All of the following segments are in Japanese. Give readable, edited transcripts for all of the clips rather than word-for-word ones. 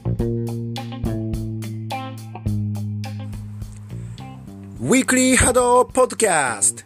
ウィークリーハドポッドキャスト。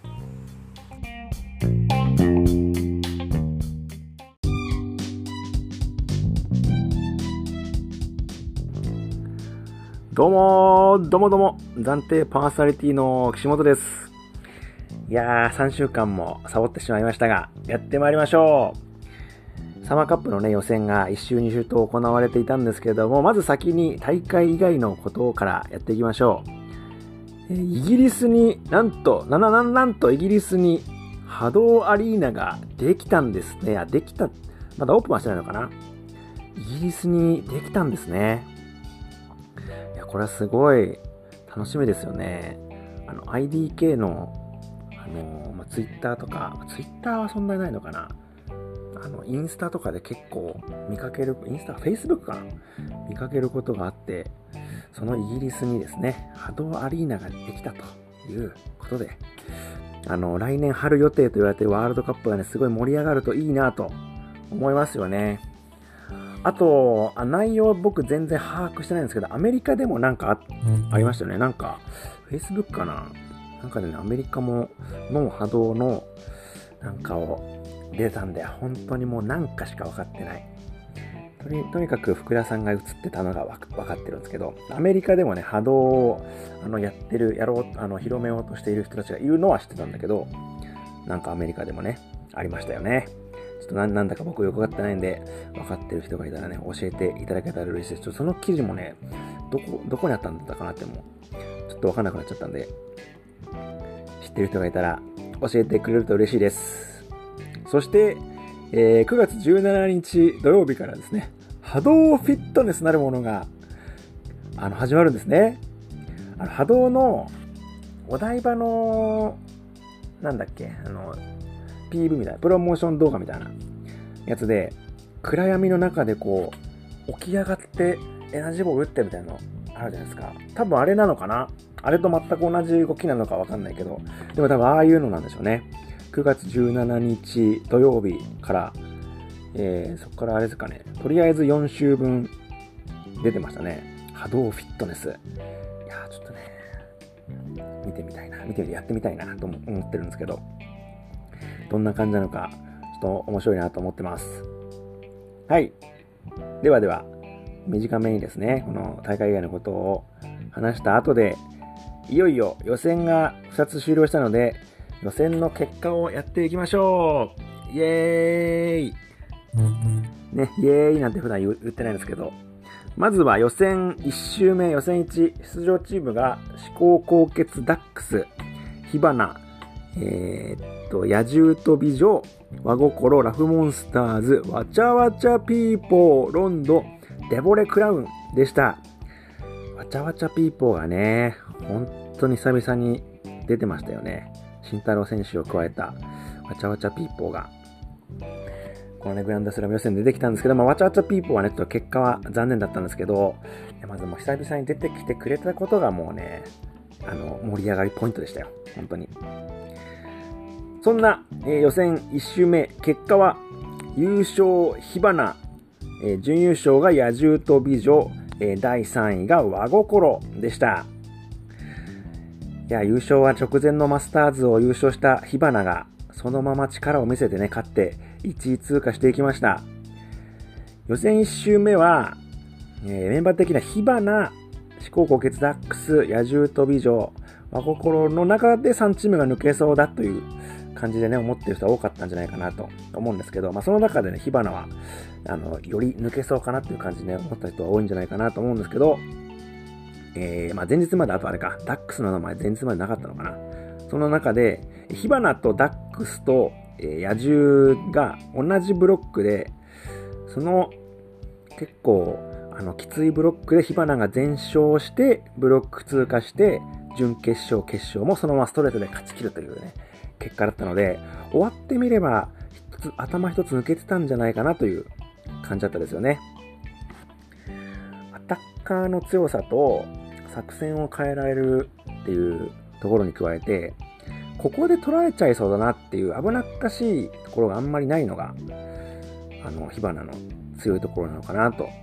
どうも暫定パーソナリティの岸本です。いやー、3週間もサボってしまいましたが、やってまいりましょう。サマーカップのね、予選が1週2週と行われていたんですけれども、まず先に大会以外のことからやっていきましょう。イギリスになんとイギリスに波動アリーナができたんですね。まだオープンはしてないのかな。イギリスにできたんですね。これはすごい楽しみですよね。IDK の、ツイッターとか、ツイッターはそんなにないのかな。インスタとかで結構見かける、フェイスブックかな、見かけることがあって、そのイギリスにですね、波動アリーナができたということで、来年春予定と言われているワールドカップがね、すごい盛り上がるといいなと思いますよね。あと、内容僕全然把握してないんですけど、アメリカでもなんかありましたよね。なんか、Facebook かな、なんかでね、アメリカの波動のなんかを出たんで、本当にもうなんかしか分かってない。とにかく福田さんが映ってたのが分かってるんですけど、アメリカでもね、波動を広めようとしている人たちがいるのは知ってたんだけど、なんかアメリカでもね、ありましたよね。ちょっとなんだか僕よくわかってないんで、分かってる人がいたらね、教えていただけたら嬉しいです。ちょっとその記事もね、どこにあったんだったかなってもちょっと分かんなくなっちゃったんで、知ってる人がいたら教えてくれると嬉しいです。そして、9月17日土曜日からですね、波動フィットネスなるものが始まるんですね。波動のお台場のPV みたいな、プロモーション動画みたいなやつで、暗闇の中でこう起き上がってエナジーボール打ってみたいなのあるじゃないですか。多分あれなのかな、あれと全く同じ動きなのかわかんないけど、でも多分ああいうのなんでしょうね。9月17日土曜日から、そこからあれですかね、とりあえず4週分出てましたね。波動フィットネス。いやー、ちょっとね、やってみたいなと思ってるんですけど、どんな感じなのか、ちょっと面白いなと思ってます。はい。では、短めにですね、この大会以外のことを話した後で、いよいよ予選が2つ終了したので、予選の結果をやっていきましょう。イエーイ、ね、イエーイなんて普段言ってないんですけど、まずは予選1周目、予選1、出場チームが思考高血ダックス、火花、野獣と美女、和心、ラフモンスターズ、わちゃわちゃピーポー、ロンド、デボレクラウンでした。わちゃわちゃピーポーがね、本当に久々に出てましたよね。慎太郎選手を加えたわちゃわちゃピーポーが、このね、グランドスラム予選で出てきたんですけど、わちゃわちゃピーポーはね、ちょっと結果は残念だったんですけど、まずもう久々に出てきてくれたことがもうね、盛り上がりポイントでしたよ。本当に。そんな、予選1周目、結果は、優勝火花、準優勝が野獣と美女、第3位が和心でした。いや、優勝は直前のマスターズを優勝した火花が、そのまま力を見せてね、勝って1位通過していきました。予選1周目は、メンバー的な火花、思考高血ダックス、野獣と美女、和心の中で3チームが抜けそうだという感じでね、思ってる人は多かったんじゃないかなと思うんですけど、その中でね、火花は、より抜けそうかなっていう感じで、ね、思った人は多いんじゃないかなと思うんですけど、前日まで、あとあれか、ダックスの名前前日までなかったのかな。その中で、火花とダックスと、野獣が同じブロックで、その結構きついブロックで火花が全勝して、ブロック通過して、準決勝、決勝もそのままストレートで勝ち切るというね、結果だったので、終わってみれば頭一つ抜けてたんじゃないかなという感じだったですよね。アタッカーの強さと作戦を変えられるっていうところに加えて、ここで取られちゃいそうだなっていう危なっかしいところがあんまりないのが火花の強いところなのかなと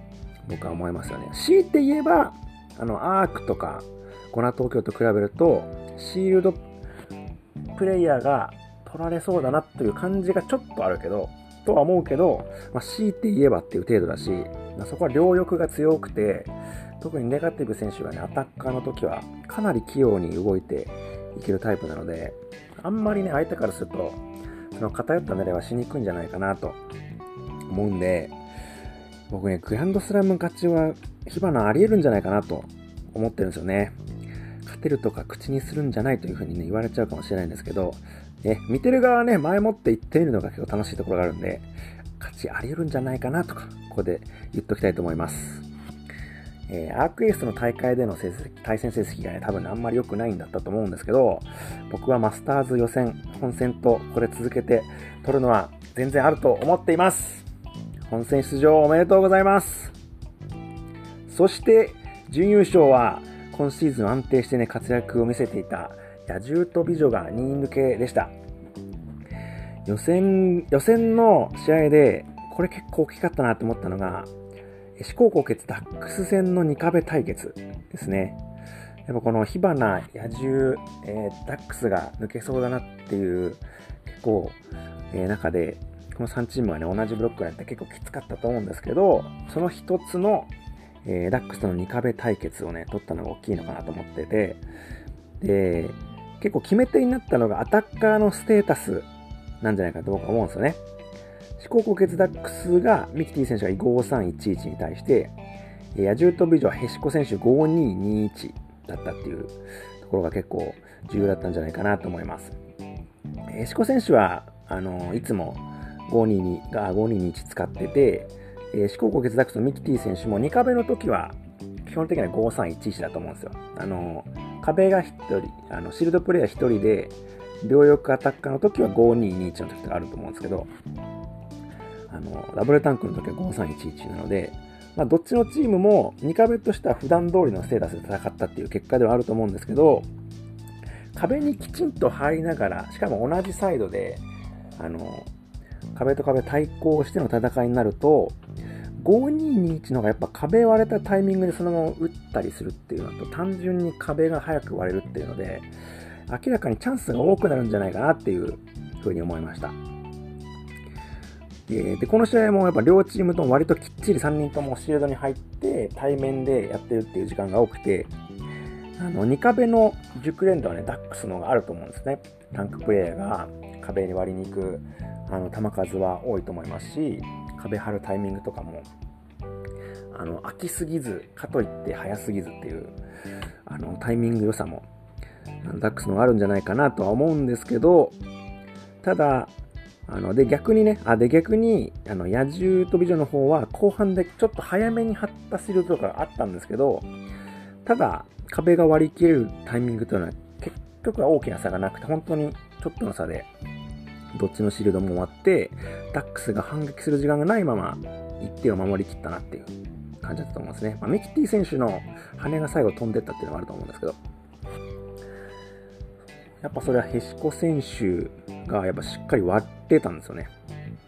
僕は思いますよね。強いて言えば、アークとか、ゴナ東京と比べると、シールドプレイヤーが取られそうだなという感じがちょっとあるけど、とは思うけど、強いて言えばっていう程度だし、そこは両翼が強くて、特にネガティブ選手がね、アタッカーの時はかなり器用に動いていけるタイプなので、あんまりね、相手からすると、その偏った狙いはしにくいんじゃないかなと思うんで、僕ね、グランドスラム勝ちは火花あり得るんじゃないかなと思ってるんですよね。勝てるとか口にするんじゃないという風にね、言われちゃうかもしれないんですけど、見てる側はね、前もって言ってみるのが結構楽しいところがあるんで、勝ちあり得るんじゃないかなとか、ここで言っときたいと思います。アークエースの大会での対戦成績がね、多分あんまり良くないんだったと思うんですけど、僕はマスターズ予選、本戦とこれ続けて取るのは全然あると思っています。本戦出場おめでとうございます。そして、準優勝は今シーズン安定してね、活躍を見せていた野獣と美女が2位抜けでした。予選の試合で、これ結構大きかったなと思ったのが、四国高血ダックス戦の2壁対決ですね。やっぱこの火花、野獣、ダックスが抜けそうだなっていう結構、中で、この3チームがね、同じブロックやって結構きつかったと思うんですけど、その一つの、ダックスとの2壁対決をね、取ったのが大きいのかなと思ってて、で、結構決め手になったのがアタッカーのステータスなんじゃないかと僕は思うんですよね。四国高血ダックスがミキティ選手が5311に対して、野獣と美女はヘシコ選手5221だったっていうところが結構重要だったんじゃないかなと思います。ヘシコ選手はいつも5221使ってて、四国高血ダックスのミキティ選手も2壁の時は基本的には5311だと思うんですよ。壁が1人、シールドプレイヤー1人で両翼アタッカーの時は5221の時があると思うんですけど、ダブルタンクの時は5311なので、どっちのチームも2壁としては普段通りのステータスで戦ったっていう結果ではあると思うんですけど、壁にきちんと入りながら、しかも同じサイドで、壁と壁対抗しての戦いになると、5221の方がやっぱ壁割れたタイミングでそのまま打ったりするっていうのと、単純に壁が早く割れるっていうので、明らかにチャンスが多くなるんじゃないかなっていうふうに思いました。で、この試合もやっぱ両チームとも割ときっちり3人ともシールドに入って対面でやってるっていう時間が多くて、2壁の熟練度はね、ダックスの方があると思うんですね。タンクプレイヤーが壁に割りに行く球数は多いと思いますし、壁張るタイミングとかも飽きすぎずかといって早すぎずっていうタイミング良さもダックスの方があるんじゃないかなとは思うんですけど、ただ逆に野獣と美女の方は後半でちょっと早めに張ったシールドとかあったんですけど、ただ壁が割り切れるタイミングというのは結局は大きな差がなくて、本当にちょっとの差でどっちのシールドも終わって、ダックスが反撃する時間がないまま1点を守りきったなっていう感じだったと思うんですね。ミキティ選手の羽が最後飛んでったっていうのがあると思うんですけど、やっぱそれはヘシコ選手がやっぱしっかり割ってたんですよね。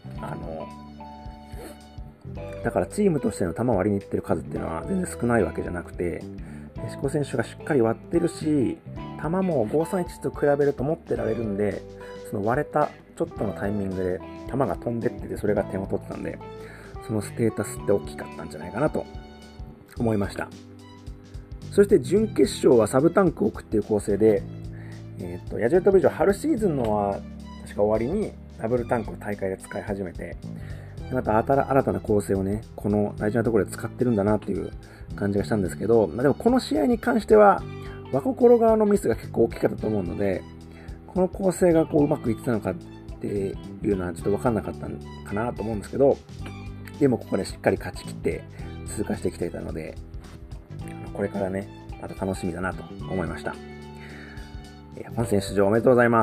だからチームとしての球を割りにいってる数っていうのは全然少ないわけじゃなくて、ヘシコ選手がしっかり割ってるし、球も531と比べると持ってられるんで、その割れたちょっとのタイミングで球が飛んでってて、それが点を取ってたんで、そのステータスって大きかったんじゃないかなと思いました。そして準決勝はサブタンクを置くっていう構成で、野獣と美女春シーズンのは確か終わりにダブルタンクを大会で使い始めて、また新たな構成をね、この大事なところで使ってるんだなっていう感じがしたんですけど、でもこの試合に関しては和心側のミスが結構大きかったと思うので、この構成がうまくいってたのかっていうのはちょっと分かんなかったのかなと思うんですけど、でもここでしっかり勝ち切って通過してきていたので、これからね、また楽しみだなと思いました。本戦出場おめでとうございます。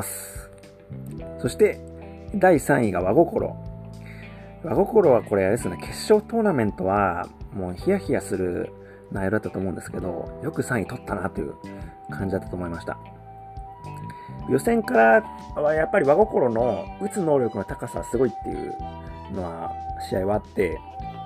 そして第3位が和心。和心はこれあれですね、決勝トーナメントはもうヒヤヒヤする内容だったと思うんですけど、よく3位取ったなという感じだったと思いました。予選からはやっぱり和心の打つ能力の高さはすごいっていうのは試合はあって、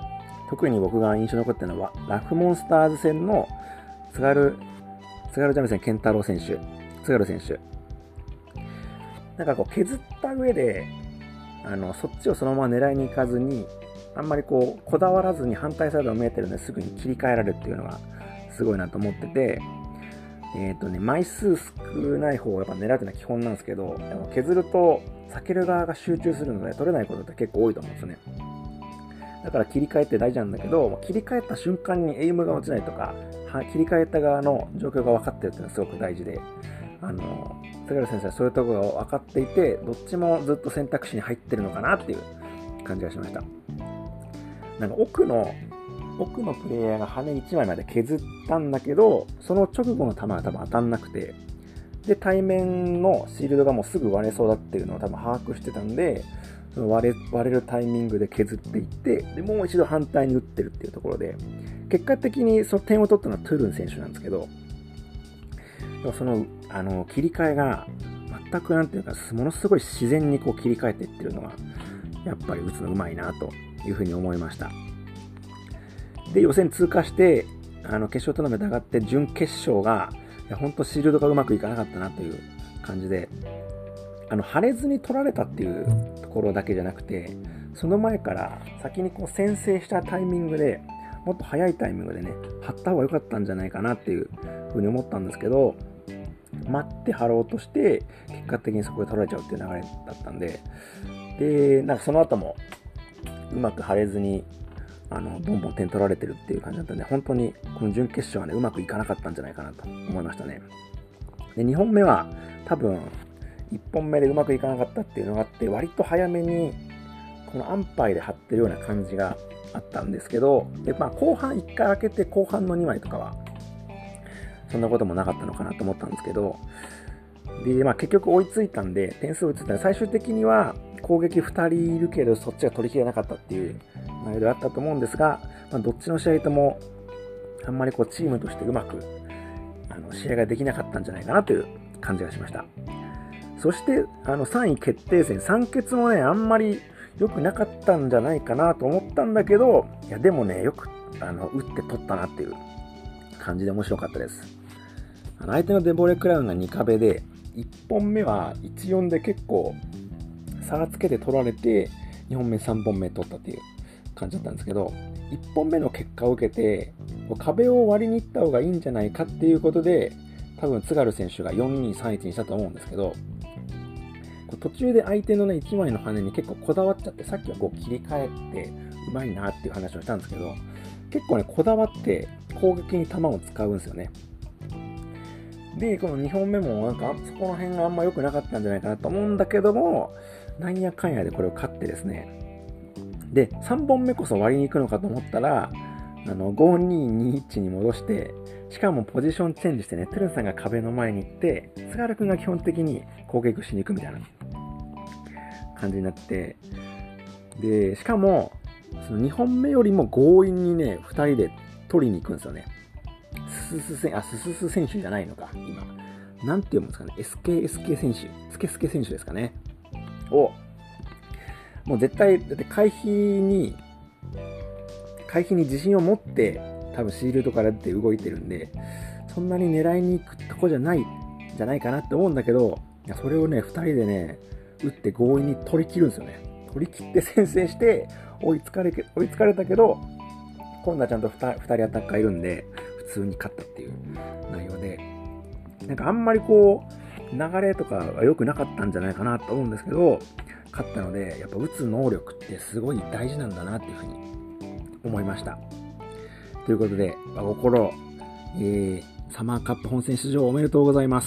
特に僕が印象に残ってるのは、ラフモンスターズ戦の津軽三味線健太郎選手、津軽選手。なんかこう削った上で、そっちをそのまま狙いに行かずに、あんまりこだわらずに反対サイドが見えてるのですぐに切り替えられるっていうのがすごいなと思ってて、枚数少ない方をやっぱ狙うっていうのは基本なんですけど、削ると避ける側が集中するので取れないことって結構多いと思うんですよね。だから切り替えって大事なんだけど、切り替えた瞬間にエイムが落ちないとか、切り替えた側の状況が分かってるっていうのはすごく大事で、菅原先生はそういうところが分かっていて、どっちもずっと選択肢に入ってるのかなっていう感じがしました。なんか奥のプレイヤーが羽1枚まで削ったんだけど、その直後の球が多分当たんなくて、で、対面のシールドがもうすぐ割れそうだっていうのを多分把握してたんで、その割れるタイミングで削っていって、で、もう一度反対に打ってるっていうところで、結果的にその点を取ったのはトゥルン選手なんですけど、その、切り替えが全くなんていうか、ものすごい自然にこう切り替えていってるのが、やっぱり打つのうまいなというふうに思いました。で、予選通過して、決勝トーナメント上がって準決勝が、本当シールドがうまくいかなかったなという感じで、腫れずに取られたっていうところだけじゃなくて、その前から先にこう先制したタイミングで、もっと早いタイミングでね、張った方が良かったんじゃないかなっていうふうに思ったんですけど、待って張ろうとして、結果的にそこで取られちゃうっていう流れだったんで、で、なんかその後もうまく張れずに、ボンボン点取られてるっていう感じだったんで、本当にこの準決勝はね、うまくいかなかったんじゃないかなと思いましたね。で、2本目は多分、1本目でうまくいかなかったっていうのがあって、割と早めに、この安牌で張ってるような感じがあったんですけど、で、後半1回開けて後半の2枚とかは、そんなこともなかったのかなと思ったんですけど、で、結局追いついたんで、点数追いついたんで、最終的には攻撃2人いるけど、そっちが取り切れなかったっていう内容であったと思うんですが、どっちの試合とも、あんまりチームとしてうまく、試合ができなかったんじゃないかなという感じがしました。そして、3位決定戦、3決もね、あんまり良くなかったんじゃないかなと思ったんだけど、いや、でもね、よく、打って取ったなっていう感じで面白かったです。相手のデボレクラウンが2壁で、1本目は 1-4 で結構差がつけて取られて、2本目、3本目取ったっていう感じだったんですけど、1本目の結果を受けて、壁を割りに行った方がいいんじゃないかっていうことで、多分津軽選手が 4-2-3-1 にしたと思うんですけど、途中で相手のね、1枚の羽に結構こだわっちゃって、さっきは切り替えてうまいなっていう話をしたんですけど、結構ね、こだわって攻撃に球を使うんですよね。で、この2本目もなんか、そこの辺があんま良くなかったんじゃないかなと思うんだけども、なんやかんやでこれを勝ってですね。で、3本目こそ割りに行くのかと思ったら、5-2-2-1に戻して、しかもポジションチェンジしてね、トゥルンさんが壁の前に行って、津軽くんが基本的に攻撃しに行くみたいな感じになって、で、しかも、その2本目よりも強引にね、2人で取りに行くんですよね。ススス選手じゃないのか、今。なんて読むんですかね。SK 選手。スケスケ選手ですかね。もう絶対、だって回避に自信を持って、多分シールドから出て動いてるんで、そんなに狙いに行くとこじゃないんじゃないかなって思うんだけど、それをね、2人でね、打って強引に取り切るんですよね。取り切って先制して、追いつかれたけど、今度はちゃんと2人アタッカーいるんで、普通に勝ったっていう内容で、なんかあんまり流れとかは良くなかったんじゃないかなと思うんですけど、勝ったので、やっぱ打つ能力ってすごい大事なんだなっていうふうに思いました。ということで、心、サマーカップ本戦出場おめでとうございます。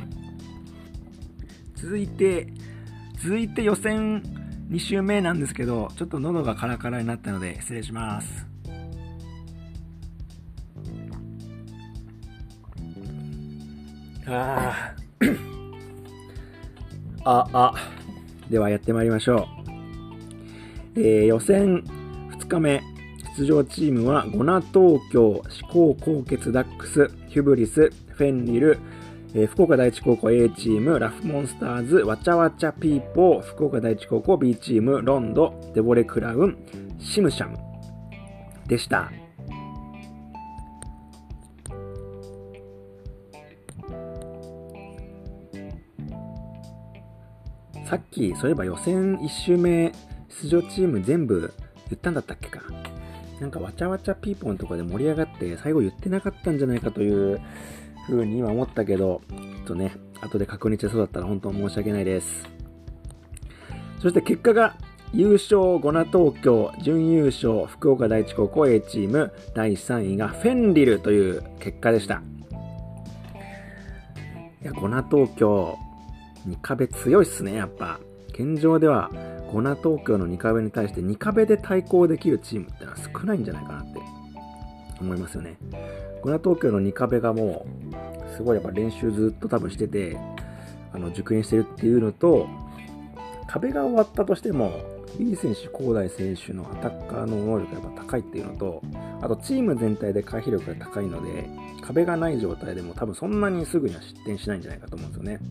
続いて予選2週目なんですけど、ちょっと喉がカラカラになったので失礼します。ではやってまいりましょう。予選2日目、出場チームはゴナ東京、思考高血ダックス、ヒュブリス、フェンリル、福岡第一高校 A チーム、ラフモンスターズ、わちゃわちゃピーポー、福岡第一高校 B チーム、ロンド、デボレクラウン、シムシャム。 でした。さっきそういえば予選1周目出場チーム全部言ったんだったっけか。なんかわちゃわちゃピーポーのところで盛り上がって最後言ってなかったんじゃないかという風に今思ったけど、後で確認してそうだったら本当申し訳ないです。そして結果が優勝ゴナ東京、準優勝福岡第一高校 A チーム、第3位がフェンリルという結果でした。いや、ゴナ東京2壁強いっすね。やっぱ現状ではゴナ東京の2壁に対して2壁で対抗できるチームってのは少ないんじゃないかなって思いますよね。ゴナ東京の2壁がもうすごいやっぱ練習ずっと多分してて熟練してるっていうのと、壁が終わったとしても B 選手、高大選手のアタッカーの能力がやっぱ高いっていうのと、あとチーム全体で回避力が高いので壁がない状態でも多分そんなにすぐには失点しないんじゃないかと思うんですよね。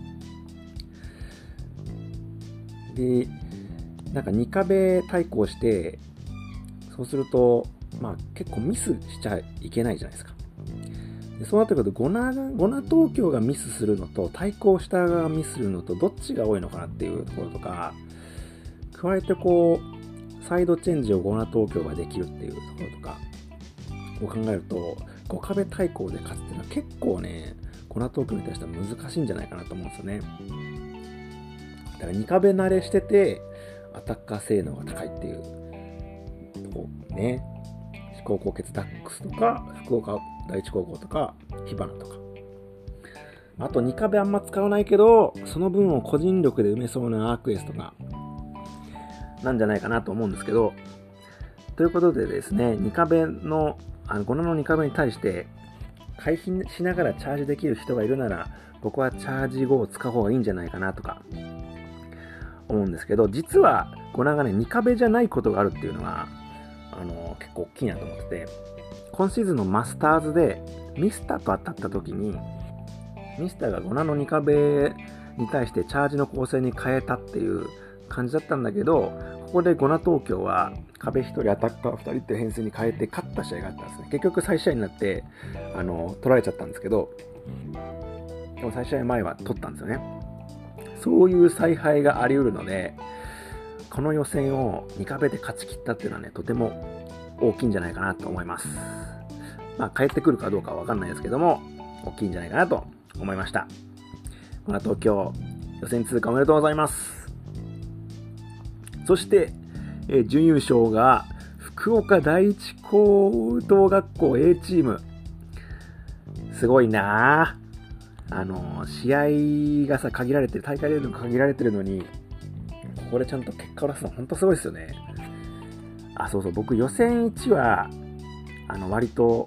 で、なんか2壁対抗して、そうすると、結構ミスしちゃいけないじゃないですか。でそうなってくるとゴナ東京がミスするのと、対抗した側がミスするのと、どっちが多いのかなっていうところとか、加えてサイドチェンジをゴナ東京ができるっていうところとかを考えると、5壁対抗で勝つっていうのは結構ね、ゴナ東京に対しては難しいんじゃないかなと思うんですよね。だから2壁慣れしててアタッカー性能が高いっていうとこね。四高高血ダックスとか福岡第一高校とか火花とか、あと2壁あんま使わないけどその分を個人力で埋めそうなアークエスとかなんじゃないかなと思うんですけど、ということでですね、2壁のゴナの2壁に対して回避しながらチャージできる人がいるなら、僕はチャージ後を使う方がいいんじゃないかなとか思うんですけど、実はゴナがね2壁じゃないことがあるっていうのは結構大きいなと思ってて、今シーズンのマスターズでミスターと当たった時にミスターがゴナの2壁に対してチャージの構成に変えたっていう感じだったんだけど、ここでゴナ東京は壁1人アタッカー2人って編成に変えて勝った試合があったんですね。結局再試合になって取られちゃったんですけど、でも再試合前は取ったんですよね。そういう采配があり得るので、この予選を2壁で勝ち切ったっていうのはね、とても大きいんじゃないかなと思います。帰ってくるかどうかは分かんないですけども、大きいんじゃないかなと思いました。この東京予選通過おめでとうございます。そして、準優勝が福岡第一高等学校 A チーム。すごいなぁ。試合が限られてる、大会レベルが限られてるのに、ここでちゃんと結果を出すの本当すごいですよね。そう僕予選1は割と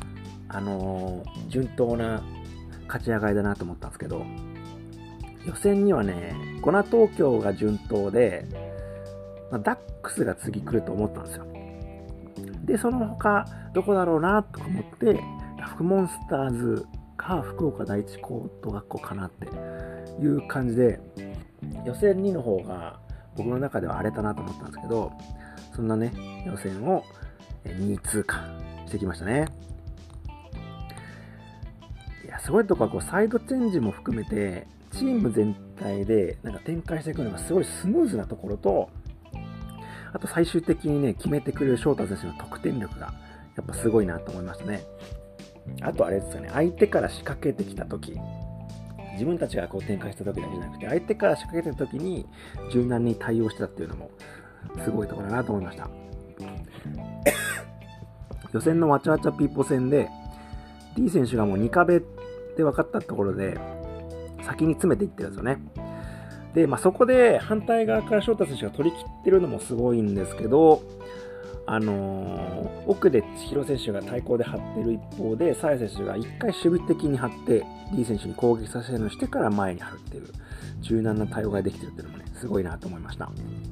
順当な勝ち上がりだなと思ったんですけど、予選にはねゴナ東京が順当で、ダックスが次来ると思ったんですよ。でその他どこだろうなとか思って、フモンスターズか福岡第一高等学校かなっていう感じで、予選2の方が僕の中では荒れたなと思ったんですけど、そんなね予選を2位通過してきましたね。いやすごいとこはサイドチェンジも含めてチーム全体でなんか展開していくのがすごいスムーズなところと、あと最終的にね決めてくれる翔太選手の得点力がやっぱすごいなと思いましたね。あとあれですよね、相手から仕掛けてきた時、自分たちが展開した時だけじゃなくて相手から仕掛けてた時に柔軟に対応してたっていうのもすごいところだなと思いました。予選のわちゃわちゃピーポ戦で D 選手がもう2壁で分かったところで先に詰めていってるんですよね。で、そこで反対側から翔太選手が取り切ってるのもすごいんですけど、奥で千尋選手が対抗で張ってる一方で、サヤ選手が一回守備的に張って D 選手に攻撃させるのをしてから前に張るっていう柔軟な対応ができてるっていうのもねすごいなと思いました。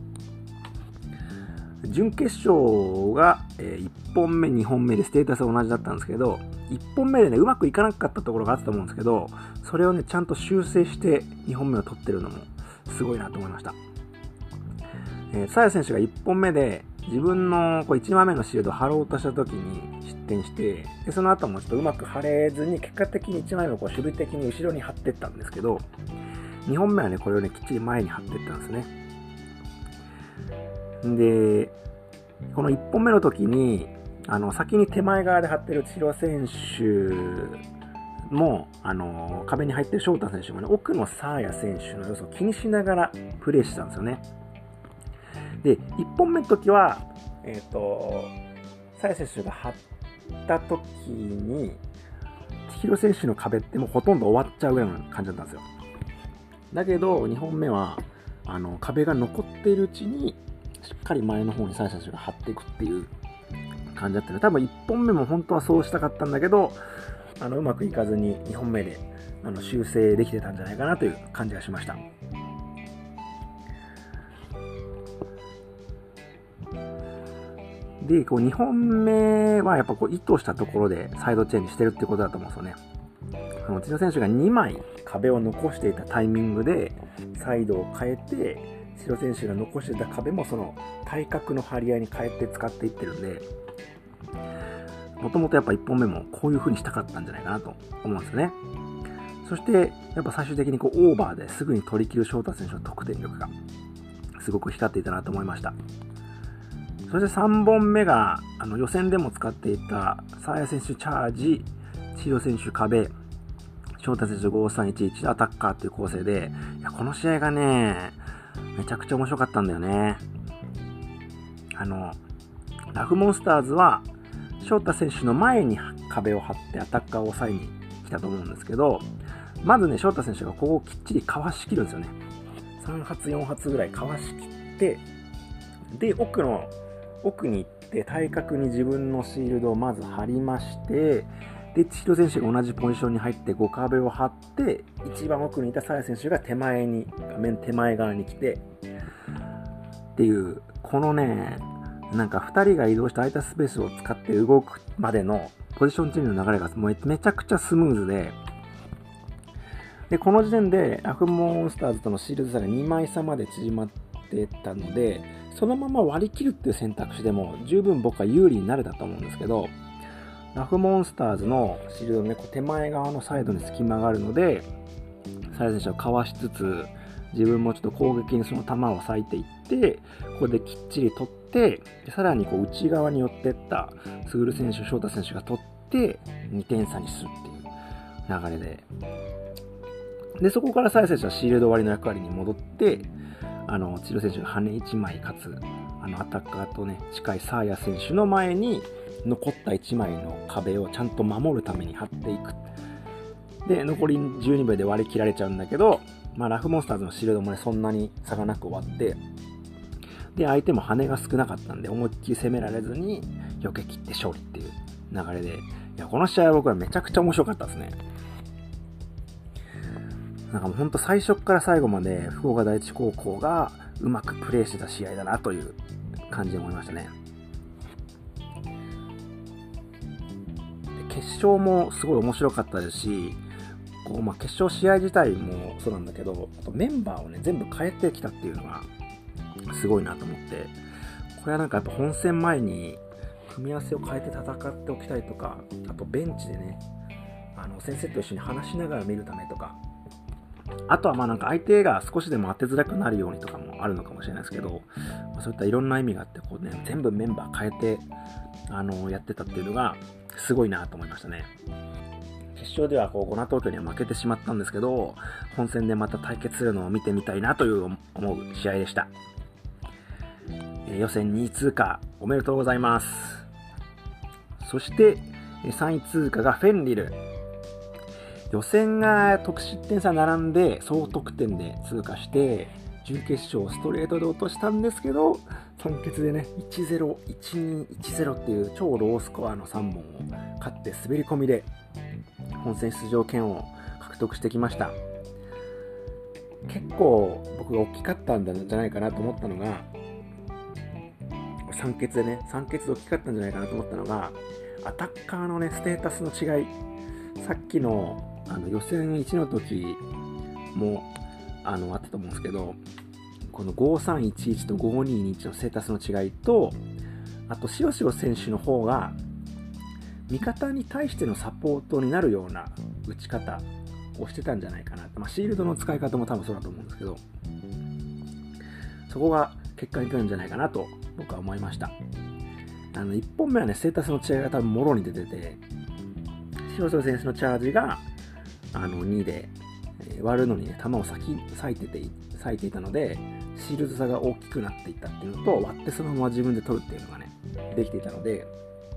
準決勝が1本目2本目でステータスは同じだったんですけど、1本目でねうまくいかなかったところがあったと思うんですけど、それをねちゃんと修正して2本目を取ってるのもすごいなと思いました。サヤ選手が1本目で自分のこう1枚目のシールドを貼ろうとした時に失点して、でその後もちょっとうまく貼れずに、結果的に1枚目をこう守備的に後ろに貼っていったんですけど、2本目はね、これをね、きっちり前に貼っていったんですね。で、この1本目の時に、先に手前側で貼ってる千尋選手も、壁に入ってる翔太選手もね、奥のサーヤ選手の様子を気にしながらプレーしてたんですよね。で、1本目の時は、サーヤ選手が貼った時に、千尋選手の壁ってもうほとんど終わっちゃうぐらいの感じだったんですよ。だけど、2本目は、壁が残っているうちに、しっかり前の方にサーヤ選手が貼っていくっていう感じだったので、多分1本目も本当はそうしたかったんだけど、うまくいかずに2本目で修正できてたんじゃないかなという感じがしました。で、こう2本目はやっぱこう意図したところでサイドチェンジしてるってことだと思うんですよね。千尋選手が2枚壁を残していたタイミングでサイドを変えて、千尋選手が残していた壁もその対角の張り合いに変えて使っていってるんで、もともとやっぱ1本目もこういう風にしたかったんじゃないかなと思うんですよね。そしてやっぱ最終的にこうオーバーですぐに取り切る翔太選手の得点力がすごく光っていたなと思いました。そして3本目が予選でも使っていたサーヤ選手チャージ、千尋選手壁、翔太選手5311アタッカーという構成で、いやこの試合がねめちゃくちゃ面白かったんだよね。ラフモンスターズは翔太選手の前に壁を張ってアタッカーを抑えに来たと思うんですけど、まずね翔太選手がここをきっちりかわしきるんですよね。3発4発ぐらいかわしきって、で奥に行って対角に自分のシールドをまず張りまして、で千尋選手が同じポジションに入って5壁を張って、一番奥にいたサーヤ選手が画面手前側に来てっていう、このねなんか2人が移動して空いたスペースを使って動くまでのポジションチェンジの流れがめちゃくちゃスムーズで、この時点でラフモンスターズとのシールド差が2枚差まで縮まってたので、そのまま割り切るっていう選択肢でも十分僕は有利になれたと思うんですけど、ラフモンスターズのシールドのね、手前側のサイドに隙間があるので、サイド選手をかわしつつ、自分もちょっと攻撃にその球を割いていって、ここできっちり取って、さらにこう内側に寄っていった優選手、翔太選手が取って2点差にするっていう流れで、そこからサイ選手はシールド割りの役割に戻って、千尋選手が羽1枚かつ、アタッカーとね、近いサーヤ選手の前に残った1枚の壁をちゃんと守るために張っていく。で、残り12秒で割り切られちゃうんだけど、ラフモンスターズのシールドもね、そんなに差がなく終わって、で、相手も羽が少なかったんで、思いっきり攻められずに、避け切って勝利っていう流れで、いや、この試合は僕はめちゃくちゃ面白かったですね。なんかもうほんと最初から最後まで福岡第一高校がうまくプレーしてた試合だなという感じで思いましたね。で決勝もすごい面白かったですし、決勝試合自体もそうなんだけど、あとメンバーをね全部変えてきたっていうのがすごいなと思って、これはなんかやっぱ本戦前に組み合わせを変えて戦っておきたいとか、あとベンチでね先生と一緒に話しながら見るためとか、あとはなんか相手が少しでも当てづらくなるようにとかもあるのかもしれないですけど、そういったいろんな意味があって全部メンバー変えてやってたっていうのがすごいなと思いましたね。決勝ではゴナ東京には負けてしまったんですけど、本戦でまた対決するのを見てみたいなという思う試合でした。予選2位通過おめでとうございます。そして3位通過がフェンリル。予選が得失点差並んで総得点で通過して、準決勝ストレートで落としたんですけど、3決でね 1-0、1-2、1-0っていう超ロースコアの3本を勝って滑り込みで本戦出場権を獲得してきました。結構僕が大きかったんじゃないかなと思ったのが、3決で大きかったんじゃないかなと思ったのが、アタッカーのねステータスの違い。さっきの予選1の時もあったと思うんですけど、 この5311と5221のステータスの違いと、あと塩城選手の方が味方に対してのサポートになるような打ち方をしてたんじゃないかな。シールドの使い方も多分そうだと思うんですけど、そこが結果にくるんじゃないかなと僕は思いました。1本目はね、ステータスの違いが多分もろに出てて、塩城選手のチャージが2で割るのにね、球を割いていたので、シールド差が大きくなっていったっていうのと、割ってそのまま自分で取るっていうのがね、できていたので、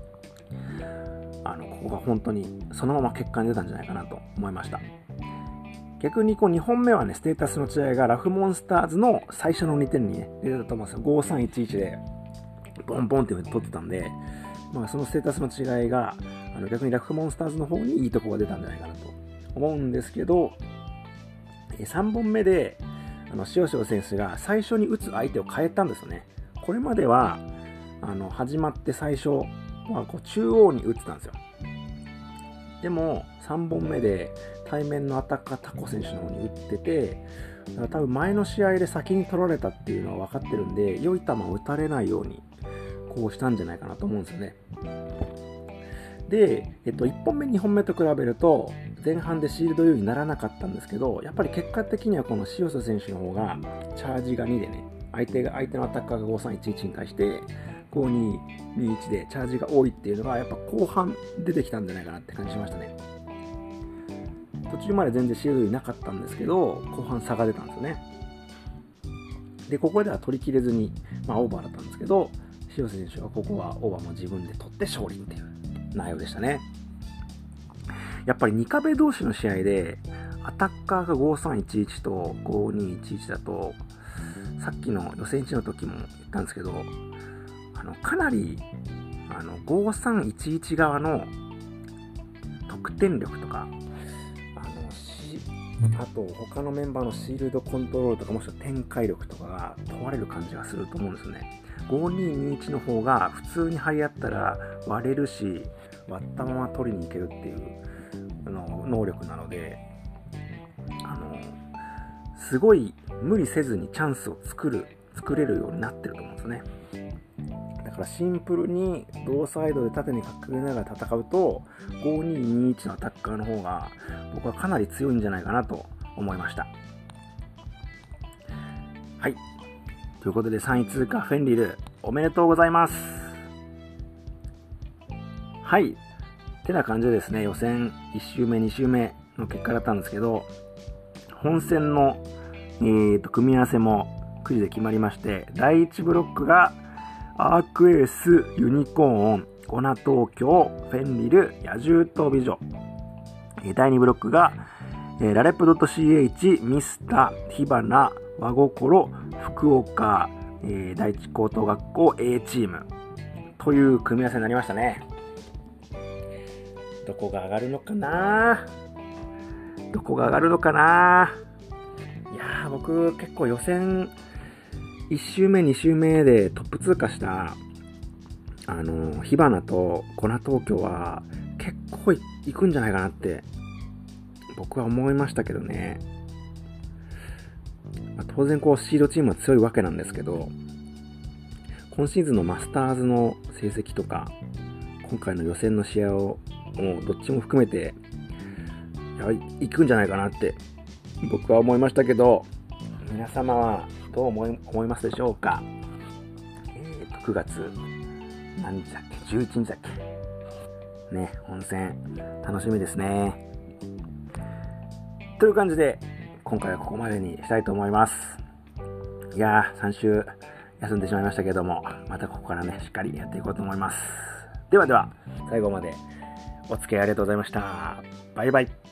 ここが本当にそのまま結果に出たんじゃないかなと思いました。逆に2本目はね、ステータスの違いがラフモンスターズの最初の2点にね、出てたと思うんですよ。5311でボンボンって取ってたんで、そのステータスの違いが逆にラフモンスターズの方にいいとこが出たんじゃないかなと思うんですけど、3本目で塩城選手が最初に打つ相手を変えたんですよね。これまでは始まって最初は中央に打ってたんですよ。でも3本目で対面のアタッカータコ選手の方に打ってて、多分前の試合で先に取られたっていうのは分かってるんで、良い球を打たれないようにこうしたんじゃないかなと思うんですよね。で、1本目2本目と比べると前半でシールド優位にならなかったんですけど、やっぱり結果的にはこの塩瀬選手の方がチャージが2でね、相手のアタッカーが5311に対して5221でチャージが多いっていうのがやっぱ後半出てきたんじゃないかなって感じしましたね。途中まで全然シールドいなかったんですけど、後半差が出たんですよね。で、ここでは取り切れずに、オーバーだったんですけど、塩瀬選手はここはオーバーも自分で取って勝利っていう内容でしたね。やっぱり2壁同士の試合でアタッカーが5311と5211だと、さっきの予選1の時も言ったんですけど、かなり5311側の得点力とか、あと他のメンバーのシールドコントロールとか、もしくは展開力とかが問われる感じがすると思うんですよね。5221の方が普通に張り合ったら割れるし、割ったまま取りに行けるっていう能力なので、すごい無理せずにチャンスを作れるようになってると思うんですよね。だからシンプルに同サイドで縦に隠れながら戦うと、5221のアタッカーの方が僕はかなり強いんじゃないかなと思いました。はい、ということで3位通過フェンリルおめでとうございます。はい、てな感じでですね、予選1周目2周目の結果だったんですけど、本戦の、組み合わせも9時で決まりまして、第1ブロックがアークエース、ユニコーン、コナ東京、フェンリル、野獣と美女。第2ブロックが、ラレップ .ch、ミスタ、火花、和心、福岡、第一高等学校 A チームという組み合わせになりましたね。どこが上がるのかな。いやー、僕結構予選1周目2周目でトップ通過した火花とコナ東京は結構いくんじゃないかなって僕は思いましたけどね。当然シードチームは強いわけなんですけど、今シーズンのマスターズの成績とか今回の予選の試合をもうどっちも含めていくんじゃないかなって僕は思いましたけど、皆様はどう思いますでしょうか。9月何日だっけ、11日だっけね、本戦楽しみですね。という感じで今回はここまでにしたいと思います。いやー、3週休んでしまいましたけども、またここからねしっかりやっていこうと思います。では最後までお付き合いありがとうございました。バイバイ。